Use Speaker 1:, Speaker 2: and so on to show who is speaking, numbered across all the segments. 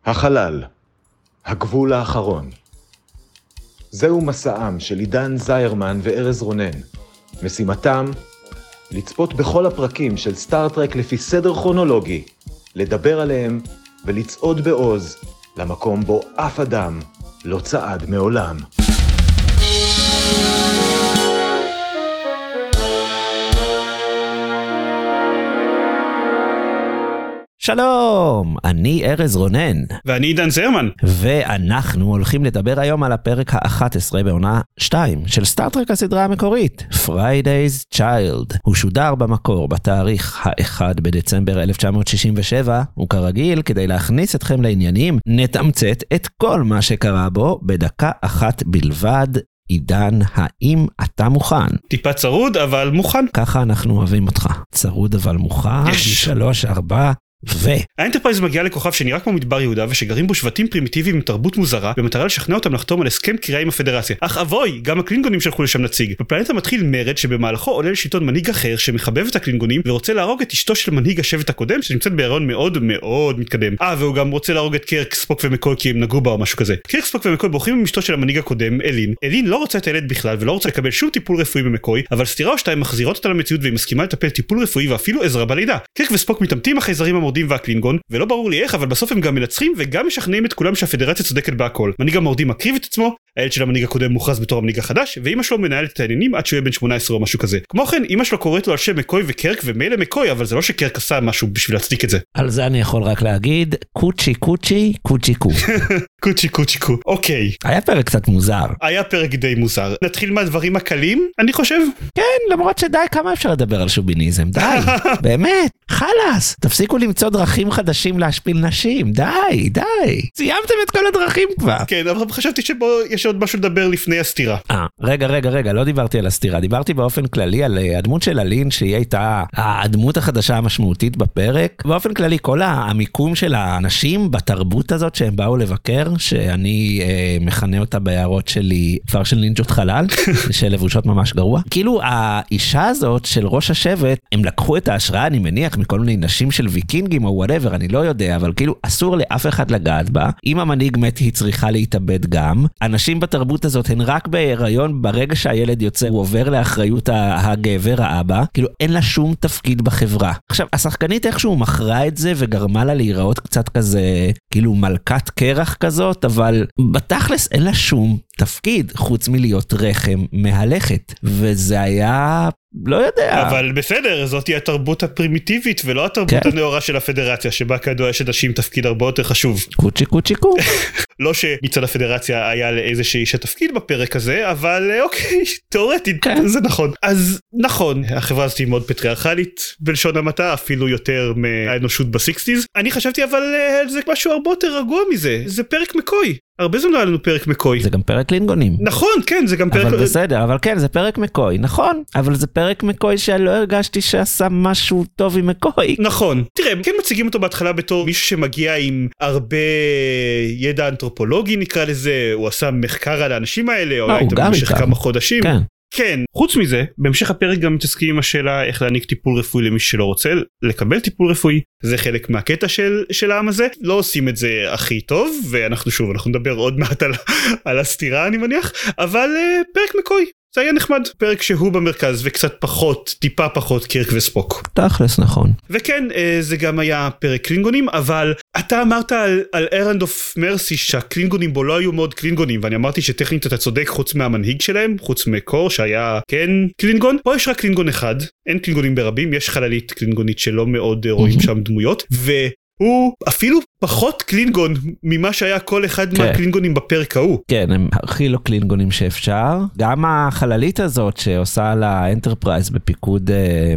Speaker 1: החלל, הגבול האחרון. זהו מסעם של עידן זיירמן וארז רונן. משימתם, לצפות בכל הפרקים של סטארטרק לפי סדר כרונולוגי, לדבר עליהם ולצעוד בעוז למקום בו אף אדם לא צעד מעולם.
Speaker 2: שלום, אני ארז רונן.
Speaker 3: ואני עידן זיירמן.
Speaker 2: ואנחנו הולכים לדבר היום על הפרק ה-11 בעונה 2 של סטארטרק הסדרה המקורית, Friday's Child. הוא שודר במקור בתאריך ה-1 בדצמבר 1967, וכרגיל, כדי להכניס אתכם לעניינים, נתמצת את כל מה שקרה בו בדקה אחת בלבד. עידן, האם אתה מוכן?
Speaker 3: טיפה צרוד, אבל מוכן.
Speaker 2: ככה אנחנו אוהבים אותך. צרוד אבל מוכן. 3, 4...
Speaker 3: האנטרפרייז מגיעה לכוכב שנראה כמו מדבר יהודה ושגרים בו שבטים פרימיטיביים עם תרבות מוזרה במטרה לשכנע אותם לחתום על הסכם קריאה עם הפדרציה. אך אבוי, גם הקלינגונים שלחו לשם נציג. בפלנטה מתחיל מרד שבמהלכו עולה לשלטון מנהיג אחר שמחבב את הקלינגונים ורוצה להרוג את אשתו של מנהיג השבט הקודם שנמצאת בהיריון מאוד מאוד מתקדם. והוא גם רוצה להרוג את קירק, ספוק ומקוי כי הם נגעו בה או משהו כזה. קירק, ספוק ומקוי בורחים עם אשתו של המנהיג הקודם, אלין. אלין לא רוצה את הילד בכלל ולא רוצה לקבל שום טיפול רפואי במקוי, אבל סתירה או שתיים מחזירות אותה למציאות והיא מסכימה לטפל טיפול רפואי ואפילו עזרה בלידה. קירק וספוק מתעמתים אחרי זרים המורדים והקלינגון, ולא ברור לי איך, אבל בסוף הם גם מנצחים וגם משכנעים את כולם שהפדרציה צודקת בהכל. מנהיג המורדים מקריב את עצמו, הילד של המנהיג הקודם מוכרז בתור המנהיג החדש, ואמא שלו מנהלת את העניינים עד שהוא יהיה בן 18 או משהו כזה. כמו כן, אמא שלו קוראת לו על שם מקוי וקרק ומילא מקוי, אבל זה לא שקרק עשה משהו בשביל להצדיק את זה.
Speaker 2: על זה אני יכול רק להגיד, קוצ'י קוצ'י קוצ'י קו.
Speaker 3: קוצ'י קוצ'י קו. אוקיי.
Speaker 2: היה פרק קצת מוזר.
Speaker 3: היה פרק די מוזר. נתחיל מהדברים הקלים, אני חושב.
Speaker 2: כן, למרות שדי, כמה אפשר לדבר על שוביניזם? די. באמת. חלאס. תפסיקו למצוא דרכים חדשים להשפיל נשים. די. סיימתם את כל הדרכים כבר.
Speaker 3: כן, אבל חשבתי שבו יש עוד משהו לדבר לפני הסתירה.
Speaker 2: רגע, לא דיברתי על הסתירה. דיברתי באופן כללי על הדמות של אלין, שהיא הייתה הדמות החדשה המשמעותית בפרק. באופן כללי, כל המיקום של האנשים בתרבות הזאת שהם באו לבקר, שאני מכנה אותה בהערות שלי כפר של נינג'ות חלל, שלבושות ממש גרוע. כאילו האישה הזאת של ראש השבט, הם לקחו את ההשראה, אני מניח, מכל מיני נשים של ויקינגים או whatever, אני לא יודע, אבל כאילו אסור לאף אחד לגעת בה. אם המנהיג מת היא צריכה להתאבד גם. אנשים בתרבות הזאת הן רק בהיריון, ברגע שהילד יוצא הוא עובר לאחריות הגבר, האבא, כאילו אין לה שום תפקיד בחברה. עכשיו, השחקנית איכשהו מכרה את זה וגרמה לה להיראות קצת כזה, כאילו מלכת קרח כזאת, אבל בתכלס אין לה שום תפקיד חוץ מלהיות רחם מהלכת, וזה היה... לא יודע.
Speaker 3: אבל בסדר, זאת היא התרבות הפרימיטיבית ולא התרבות הנאורה של הפדרציה, שבה כדוע יש אנשים תפקיד הרבה יותר חשוב.
Speaker 2: קוצ'י.
Speaker 3: לא שמצד הפדרציה היה לאיזושהי איש התפקיד בפרק הזה, אבל אוקיי, תיאורטית, זה נכון. אז נכון, החברה הזאת היא מאוד פטריארכלית בלשון המעטה, אפילו יותר מהאנושות ב-60s. אני חשבתי אבל זה משהו הרבה יותר רגוע מזה, זה פרק מקוי. הרבה זמן לא היה לנו פרק מקוי.
Speaker 2: זה גם פרק קלינגונים.
Speaker 3: נכון, כן, זה גם פרק...
Speaker 2: אבל בסדר, אבל כן, זה פרק מקוי, נכון. אבל זה פרק מקוי שלא הרגשתי שעשה משהו טוב עם מקוי.
Speaker 3: נכון. תראה, כן מציגים אותו בהתחלה בתור מישהו שמגיע עם הרבה ידע אנתרופולוגי נקרא לזה, הוא עשה מחקר על האנשים האלה, או הייתם במשך כמה חודשים. כן, חוץ מזה, בהמשך הפרק גם מתעסקים עם השאלה איך להעניק טיפול רפואי למי שלא רוצה לקבל טיפול רפואי. זה חלק מהקטע של העם הזה. לא עושים את זה הכי טוב, ואנחנו נדבר עוד מעט על הסתירה אני מניח, אבל פרק מקוי. זה היה נחמד, פרק שהוא במרכז וקצת פחות, טיפה פחות קירק וספוק.
Speaker 2: תכלס נכון.
Speaker 3: וכן, זה גם היה פרק קלינגונים, אבל אתה אמרת על ארנד אוף מרסי שהקלינגונים בו לא היו מאוד קלינגונים, ואני אמרתי שטכנית אתה צודק חוץ מהמנהיג שלהם, חוץ מקור שהיה כן קלינגון. פה יש רק קלינגון אחד, אין קלינגונים ברבים, יש חללית קלינגונית שלא מאוד רואים שם דמויות, הוא אפילו פחות קלינגון ממה שהיה כל אחד מהקלינגונים בפרק ההוא.
Speaker 2: כן, הם הכי לא קלינגונים שאפשר. גם החללית הזאת שעושה על האנטרפרייז בפיקוד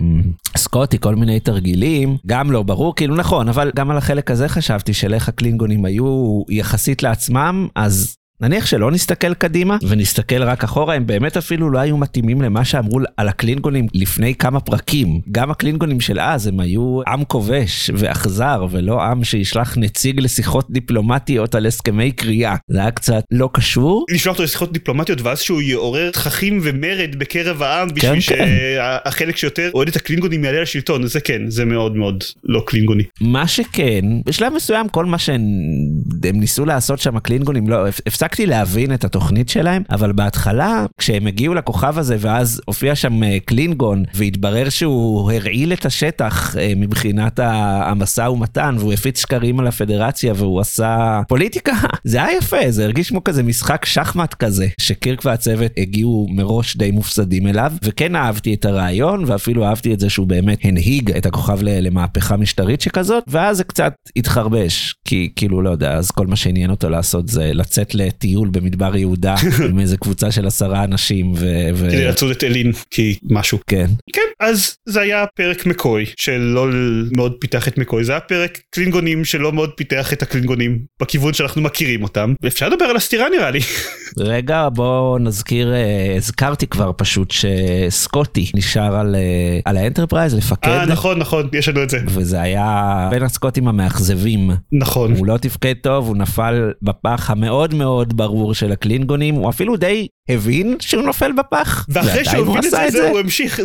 Speaker 2: סקוטי, כל מיני תרגילים, גם לא ברור, כאילו נכון, אבל גם על החלק הזה חשבתי שלך הקלינגונים היו יחסית לעצמם, אז נניח שלא נסתכל קדימה, ונסתכל רק אחורה, הם באמת אפילו לא היו מתאימים למה שאמרו על הקלינגונים לפני כמה פרקים. גם הקלינגונים של אז, הם היו עם כובש ואכזר, ולא עם שישלח נציג לשיחות דיפלומטיות על הסכמי קריאה. זה היה קצת לא קשור.
Speaker 3: לשלוח אותו לשיחות דיפלומטיות, ואז שהוא יעורר תככים ומרד בקרב העם, בשביל שהחלק שיותר אוהד את הקלינגונים יעלה לשלטון. זה כן, זה מאוד מאוד לא קלינגוני.
Speaker 2: מה שכן, בשלב מסוים כל מה שהם ניסו לעשות שם הקלינגונים, לא, הפסקתי להבין את התוכנית שלהם, אבל בהתחלה, כשהם הגיעו לכוכב הזה, ואז הופיע שם קלינגון, והתברר שהוא הרעיל את השטח מבחינת המשא ומתן, והוא הפיץ שקרים על הפדרציה, והוא עשה פוליטיקה, זה היה יפה, זה הרגיש כמו כזה משחק שחמט כזה, שקירק והצוות הגיעו מראש די מופסדים אליו, וכן אהבתי את הרעיון, ואפילו אהבתי את זה שהוא באמת הנהיג את הכוכב למהפכה משטרית שכזאת, ואז זה קצת התחרבש, כי כאילו לא יודע, אז כל מה שעניין אותו לעשות זה לצאת לטיול במדבר יהודה, עם איזה קבוצה של 10 אנשים,
Speaker 3: כדי לצוד את אלין, כי משהו.
Speaker 2: כן.
Speaker 3: כן, אז זה היה פרק מקוי, שלא מאוד פיתח את מקוי, זה היה פרק קלינגונים שלא מאוד פיתח את הקלינגונים, בכיוון שאנחנו מכירים אותם, ואפשר לדבר על הסתירה נראה לי.
Speaker 2: רגע, בוא נזכיר, הזכרתי כבר פשוט שסקוטי נשאר על האנטרפרייז לפקד.
Speaker 3: נכון, יש לנו את זה.
Speaker 2: וזה היה בין הסקוטים המאכזבים.
Speaker 3: נכון.
Speaker 2: הוא לא תפקד טוב, הוא נפל בפח המאוד מאוד ברור של הקלינגונים, הוא אפילו די הבין שהוא נופל בפח.
Speaker 3: ואחרי שהוא הבין את זה, הוא המשיך,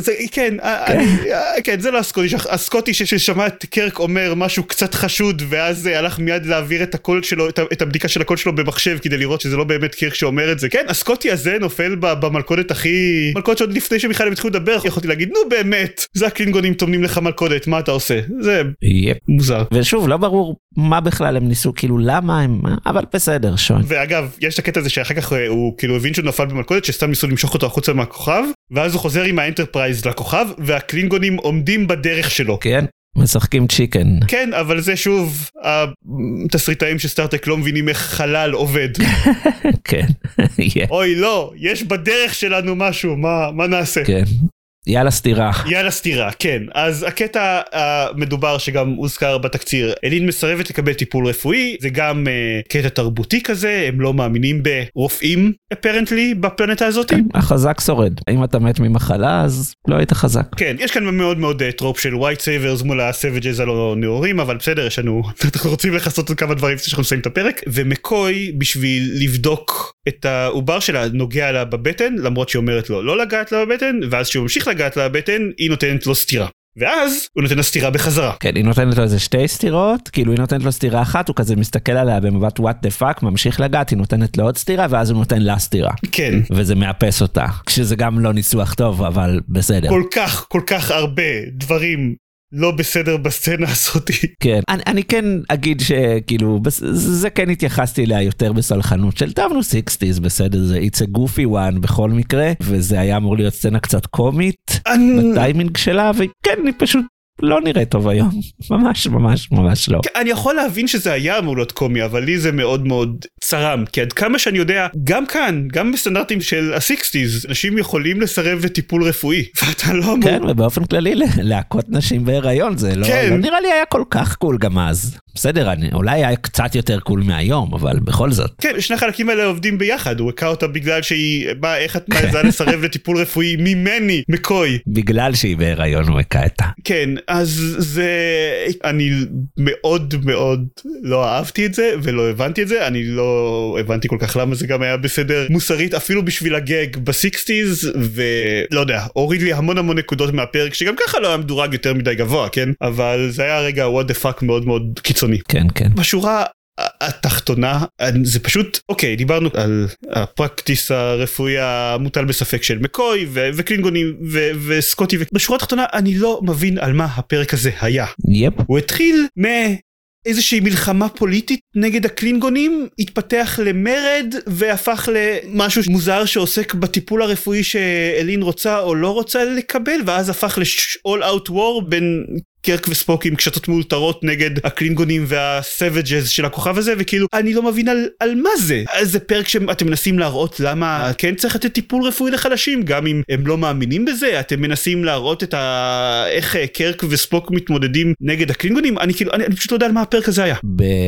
Speaker 3: כן, זה לא הסקוטי, הסקוטי ששמע את קרק אומר משהו קצת חשוד, ואז הלך מיד להעביר את הקול שלו, את הבדיקה של הקול שלו במחשב, כדי לראות שזה לא באמת קרק שאומר את זה. כן, הסקוטי הזה נופל במלכודת מלכודת שעוד לפני שמיכל הם התחילו לדבר, יכולתי להגיד, נו באמת, זה הקלינגונים טומנים לך מלכודת, מה אתה עושה? זה מוזר.
Speaker 2: ושוב, לא ברור מה בכלל הם ניסו, כאילו למה הם, אבל בסדר, שון.
Speaker 3: ואגב, יש את הקטע הזה שאחר כך הוא כאילו הבין שהוא נפל במלכודת, שסתם ניסו למשוך אותו החוצה מהכוכב, ואז הוא חוזר עם האנטרפרייז לכוכב, והקלינגונים עומדים בדרך שלו.
Speaker 2: כן. משחקים צ'יקן.
Speaker 3: כן, אבל זה שוב, התסריטאים של סטארטק לא מבינים איך חלל עובד.
Speaker 2: כן.
Speaker 3: אוי, לא, יש בדרך שלנו משהו, מה נעשה?
Speaker 2: כן. יאללה סתירה, כן. אז הקטע המדובר שגם הוזכר בתקציר, אלין מסרבת לקבל טיפול רפואי, זה גם קטע תרבותי כזה, הם לא מאמינים ברופאים, apparently, בפלנטה הזאת. כן, החזק שורד. אם אתה מת ממחלה, אז לא היית חזק.
Speaker 3: כן, יש כאן מאוד מאוד טרופ של white savers מול הסווג'ז הלא נאורים, אבל בסדר, אנחנו רוצים לחסות עוד כמה דברים שאנחנו נסיים את הפרק, ומקוי בשביל לבדוק את העובר שלה נוגע לה בבטן, למרות שהיא אומרת לו לא לגעת לה בבטן, ואז שהוא ממשיך לגעת לה בבטן, היא נותנת לו סתירה. ואז הוא נותן לה סתירה בחזרה.
Speaker 2: כן, היא נותנת לו איזה 2 סתירות, כאילו היא נותנת לו סתירה אחת, הוא כזה מסתכל עליה במבט what the fuck, ממשיך לגעת, היא נותנת לו עוד סתירה, ואז הוא נותן לה סתירה.
Speaker 3: כן.
Speaker 2: וזה מאפס אותה, כשזה גם לא ניסוח טוב, אבל בסדר.
Speaker 3: כל כך הרבה דברים לא בסדר בסצנה הזאת.
Speaker 2: כן, אני כן אגיד שכאילו, זה כן התייחסתי אליה יותר בסלחנות של טבנו 60s, בסדר, זה it's a goofy one בכל מקרה, וזה היה אמור להיות סצנה קצת קומית בטיימינג שלה, וכן, אני פשוט לא נראה טוב היום, ממש לא.
Speaker 3: אני יכול להבין שזה היה אמור להיות קומי, אבל לי זה מאוד מאוד צרם, כי עד כמה שאני יודע, גם כאן, גם בסטנדרטים של ה-60s, אנשים יכולים לסרב לטיפול רפואי, ואתה לא אמור...
Speaker 2: כן, ובאופן כללי, להכות נשים בהיריון, זה לא נראה לי היה כל כך קול גם אז. בסדר, אולי היה קצת יותר קול מהיום, אבל בכל זאת.
Speaker 3: כן, שני החלקים האלה עובדים ביחד, הוא הקע אותה בגלל שהיא, איך את מעזה לסרב לטיפול רפואי ממני, מקוי.
Speaker 2: בגלל שהיא בהיריון הוא הקע אותה.
Speaker 3: כן, אז זה, אני מאוד מאוד לא אהבתי את זה, ולא הבנתי את זה, אני לא הבנתי כל כך למה זה גם היה בסדר מוסרית, אפילו בשביל הגג ב-60s, ולא יודע, הוריד לי המון נקודות מהפרק, שגם ככה לא היה מדורג יותר מדי גבוה, כן? אבל זה היה רגע what the fuck מאוד מאוד קיצוני.
Speaker 2: כן.
Speaker 3: בשורה התחתונה, זה פשוט, אוקיי, דיברנו על הפרקטיס הרפואי המוטל בספק של מקוי וקלינגונים וסקוטי, ובשורה התחתונה אני לא מבין על מה הפרק הזה היה. הוא התחיל מאיזושהי מלחמה פוליטית נגד הקלינגונים, התפתח למרד והפך למשהו מוזר שעוסק בטיפול הרפואי שאלין רוצה או לא רוצה לקבל, ואז הפך ל-all out war בין קרק וספוק עם קשתות מאולתרות נגד הקלינגונים והסווג'ז של הכוכב הזה, וכאילו אני לא מבין על מה זה. זה פרק שאתם מנסים להראות למה כן צריך לתת טיפול רפואי לחלשים, גם אם הם לא מאמינים בזה. אתם מנסים להראות איך קרק וספוק מתמודדים נגד הקלינגונים. אני פשוט לא יודע על מה הפרק הזה היה.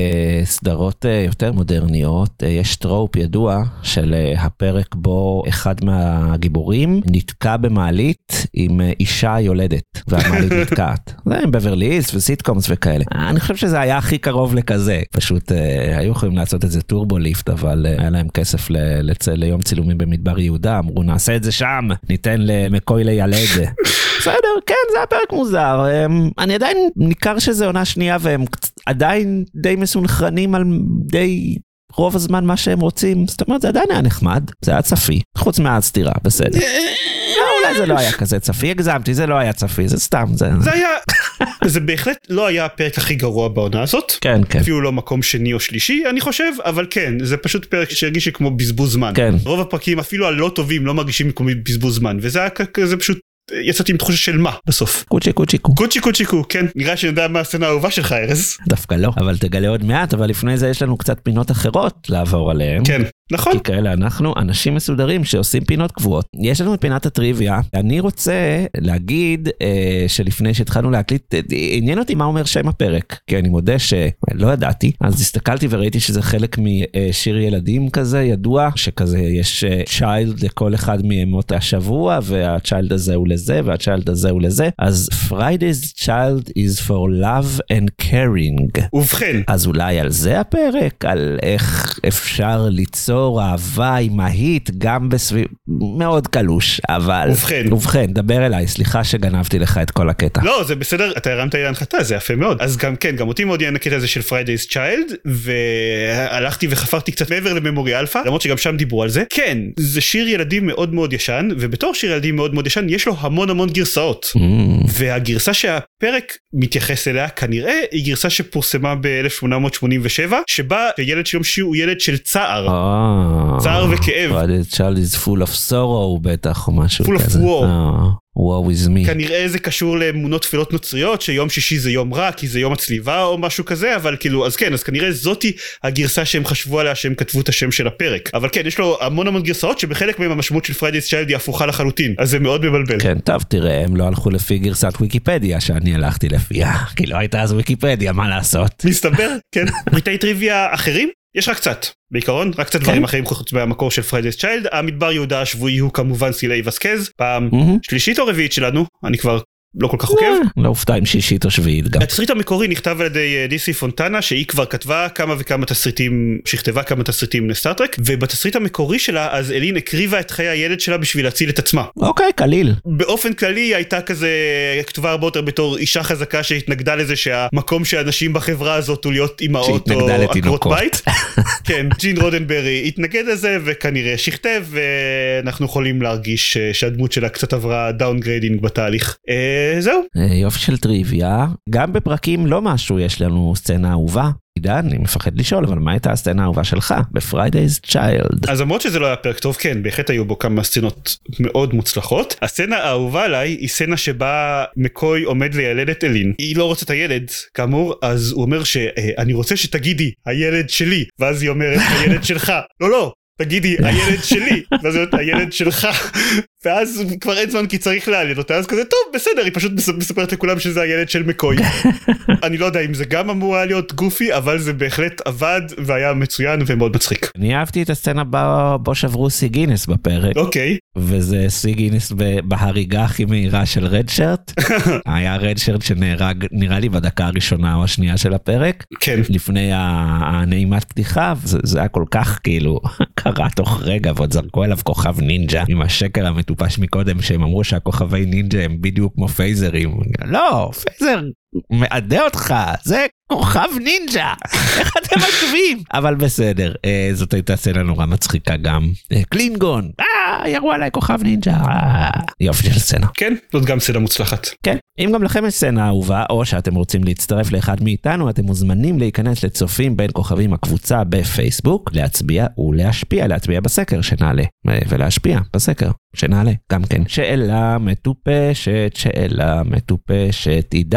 Speaker 2: בסדרות יותר מודרניות יש טרופ ידוע של הפרק בו אחד מהגיבורים נתקע במעלית עם אישה יולדת, והמעלית נתקעת. זה עם בברלי הילס וסיטקומס וכאלה. אני חושב שזה היה הכי קרוב לכזה. פשוט היו יכולים לעשות איזה טורבו ליפט, אבל היה להם כסף ליום צילומים במדבר יהודה, אמרו נעשה את זה שם, ניתן למקוי לילד. בסדר, כן, זה היה פרק מוזר. אני עדיין ניכר שזה עונה שנייה, והם עדיין די מסונכרנים על די רוב הזמן מה שהם רוצים. זאת אומרת, זה עדיין היה נחמד, זה היה צפי, חוץ מהסתירה, בסדר. אולי זה לא היה כזה צפי, הגזמתי, זה לא היה צפי, זה סתם.
Speaker 3: זה היה, זה בהחלט לא היה הפרק הכי גרוע בעונה הזאת.
Speaker 2: כן, כן.
Speaker 3: אפילו לא מקום שני או שלישי, אני חושב, אבל כן, זה פשוט פרק שהרגיש כמו בזבוז זמן.
Speaker 2: כן.
Speaker 3: רוב הפרקים, אפילו הלא טובים, לא מרגישים כמו בזבוז זמן, וזה היה כזה פשוט, יצאתי עם תחושה של מה בסוף. קוצ'יקו, כן. נראה שנדע מה הסצנה האהובה שלך, ארז.
Speaker 2: דווקא לא, אבל תגלה עוד מעט, אבל לפני זה יש לנו קצת פינות אחרות לעבור עליהן.
Speaker 3: כן. נכון.
Speaker 2: כי כאלה אנחנו אנשים מסודרים שעושים פינות קבועות. יש לנו את פינת הטריוויה. אני רוצה להגיד שלפני שהתחלנו להקליט, עניין אותי מה אומר שם הפרק. כי אני מודה שלא ידעתי. אז הסתכלתי וראיתי שזה חלק משיר ילדים כזה ידוע, שכזה יש צ'יילד לכל אחד מימות השבוע, והצ'יילד הזה הוא לזה, והצ'יילד הזה הוא לזה. אז Friday's child is for love and caring.
Speaker 3: ובכן.
Speaker 2: אז אולי על זה הפרק? על איך אפשר ליצור אהבה אימהית גם בסביב, מאוד קלוש, אבל ובכן, דבר אליי, סליחה שגנבתי לך את כל הקטע.
Speaker 3: לא, זה בסדר, אתה הרמת לי להנחתה, זה יפה מאוד. אז גם כן, גם אותי מאוד יעניין הקטע הזה של Friday's Child, והלכתי וחפרתי קצת מעבר לממורי אלפא, למרות שגם שם דיברו על זה. כן, זה שיר ילדים מאוד מאוד ישן, ובתור שיר ילדים מאוד מאוד ישן, יש לו המון גרסאות. והגרסה שהפרק מתייחס אליה, כנראה, היא גרסה שפורסמה ב-1887, שבה הילד של יום שיר הוא ילד של צער. צער וכאב.
Speaker 2: Friday's child is full of sorrow בטח או משהו כזה.
Speaker 3: full of war.
Speaker 2: Woe is me.
Speaker 3: כנראה זה קשור לאמונות תפילות נוצריות, שיום שישי זה יום רע, כי זה יום הצליבה או משהו כזה, אבל כאילו, אז כן, אז כנראה זאתי הגרסה שהם חשבו עליה, שהם כתבו את השם של הפרק. אבל כן, יש לו המון גרסאות, שבחלק מהם המשמעות של Friday's Child היא הפוכה לחלוטין, אז זה מאוד מבלבל.
Speaker 2: כן, טוב, תראה, הם לא הלכו לפי גרסת ויקיפדיה, שאני הלכתי לפיה, כי לא הייתה אז ויקיפדיה, מה לעשות?
Speaker 3: מסתבר, כן. פריטי טריוויה אחרים? יש רק קצת, בעיקרון, רק קצת דברים אחרים חוץ מהמקור של Friday's Child. המדבר יהודה השבועי הוא כמובן סילי וסקז, פעם שלישית או רביעית שלנו, אני כבר לא כל כך עוקב.
Speaker 2: לא הופתע עם שישית או שביעית גם.
Speaker 3: התסריט המקורי נכתב על ידי דיסי פונטנה, שהיא כבר כתבה כמה וכמה תסריטים, שכתבה כמה תסריטים לסטארטרק, ובתסריט המקורי שלה, אז אלין הקריבה את חיי הילד שלה בשביל להציל את עצמה.
Speaker 2: אוקיי, קליל.
Speaker 3: באופן כללי היא הייתה כזה, כתובה הרבה יותר בתור אישה חזקה שהתנגדה לזה שהמקום שהאנשים בחברה הזאת הוא להיות אימהות או עקרות בית. כן, ג'ין רודנברי התנגד לזה וכנראה שכתב, ואנחנו יכולים להרגיש שהדמות שלה קצת עברה דאונגריידינג בתהליך. זהו.
Speaker 2: יופי של טריוויה. גם בפרקים לא משהו, יש לנו סצנה אהובה. עידן, אני מפחד לשאול, אבל מה הייתה הסצנה האהובה שלך ב-Friday's Child?
Speaker 3: אז למרות שזה לא היה פרק טוב, כן, בהחלט היו בו כמה סצנות מאוד מוצלחות. הסצנה האהובה עליי היא סצנה שבה מקוי עומד לילד את אלין. היא לא רוצה את הילד, כאמור, אז הוא אומר שאני רוצה שתגידי, הילד שלי, ואז היא אומרת, הילד שלך. לא, תגידי, הילד שלי, ואז זאת הילד שלך, ואז כבר אין זמן כי צריך להעליד אותה, אז כזה טוב, בסדר, היא פשוט מספרת לכולם שזה הילד של מקוי. אני לא יודע אם זה גם אמור היה להיות גופי, אבל זה בהחלט עבד והיה מצוין ומאוד מצחיק.
Speaker 2: אני אהבתי את הסצנה בו שברו סי גינס בפרק.
Speaker 3: אוקיי.
Speaker 2: וזה סי גינס בהריגה הכי מהירה של רדשרט. היה רדשרט שנהרג, נראה לי בדקה הראשונה או השנייה של הפרק.
Speaker 3: כן.
Speaker 2: לפני הנעימת פתיחה, זה היה כל כך כאילו קרה תוך רגע, ועוד זרקו אליו כוכב נינג'ה, עם השקר המטופש מקודם, שהם אמרו שהכוכבי נינג'ה הם בדיוק כמו פייזרים. לא, פייזר מעדה אותך, זה כוכב נינג'ה, איך אתם משווים? אבל בסדר, זאת הייתה סצנה נורא מצחיקה גם. קלינגון, ירו עליי כוכב נינג'ה, יופי של סצנה.
Speaker 3: כן, זאת גם סצנה מוצלחת.
Speaker 2: כן, אם גם לכם יש סצנה אהובה, או שאתם רוצים להצטרף לאחד מאיתנו, אתם מוזמנים להיכנס לצופים בין כוכבים הקבוצה בפייסבוק, להצביע ולהשפיע, להצביע בסקר שנעלה, ולהשפיע בסקר שנעלה, גם כן. שאלה מטופשת, עידן.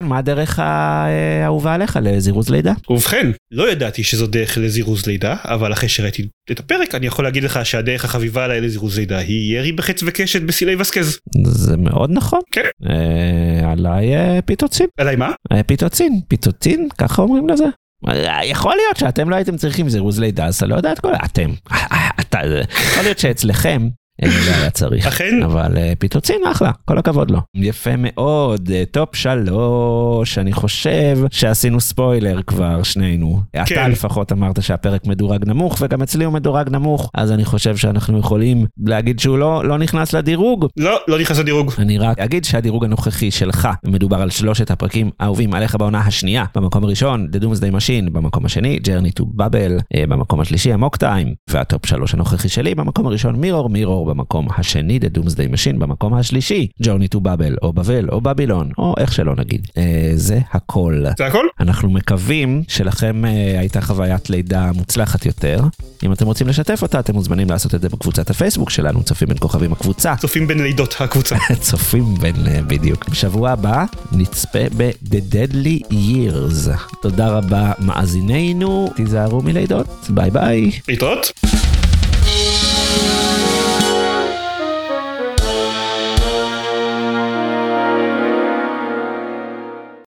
Speaker 2: מה הדרך האהובה עליך לזירוז לידה?
Speaker 3: ובכן, לא ידעתי שזו דרך לזירוז לידה, אבל אחרי שראיתי את הפרק אני יכול להגיד לך שהדרך החביבה עליי לזירוז לידה היא ירי בחץ וקשת בסילי וסקז.
Speaker 2: זה מאוד נכון.
Speaker 3: כן.
Speaker 2: עליי פיטוצין.
Speaker 3: עליי מה?
Speaker 2: פיטוצין, ככה אומרים לזה. יכול להיות שאתם לא הייתם צריכים זירוז לידה, אז לא יודע את כל... יכול להיות שאצלכם לא היה צריך.
Speaker 3: אכן.
Speaker 2: אבל פיטוצין אחלה, כל הכבוד לו. יפה מאוד, טופ 3, אני חושב שעשינו ספוילר כבר שנינו.
Speaker 3: כן.
Speaker 2: אתה לפחות אמרת שהפרק מדורג נמוך, וגם אצלי הוא מדורג נמוך, אז אני חושב שאנחנו יכולים להגיד שהוא לא נכנס לדירוג.
Speaker 3: לא נכנס לדירוג.
Speaker 2: אני רק אגיד שהדירוג הנוכחי שלך מדובר על 3 הפרקים האהובים עליך בעונה השנייה. במקום הראשון, The Doomsday Machine, במקום השני, Journey to Babel, במקום השלישי, Amok Time, והטופ 3 הנוכחי שלי, במקום הראשון, Mirror, במקום השני, The Doomsday Machine, במקום השלישי, Journey to Babel, או בבל, או בבילון, או איך שלא נגיד. זה הכל.
Speaker 3: זה הכל?
Speaker 2: אנחנו מקווים שלכם הייתה חוויית לידה מוצלחת יותר. אם אתם רוצים לשתף אותה, אתם מוזמנים לעשות את זה בקבוצת הפייסבוק שלנו, צופים בין כוכבים הקבוצה.
Speaker 3: צופים בין לידות הקבוצה.
Speaker 2: צופים בין, בדיוק. בשבוע הבא נצפה ב-The Deadly Years. תודה רבה מאזינינו, תיזהרו מלידות, ביי ביי.
Speaker 3: להתראות.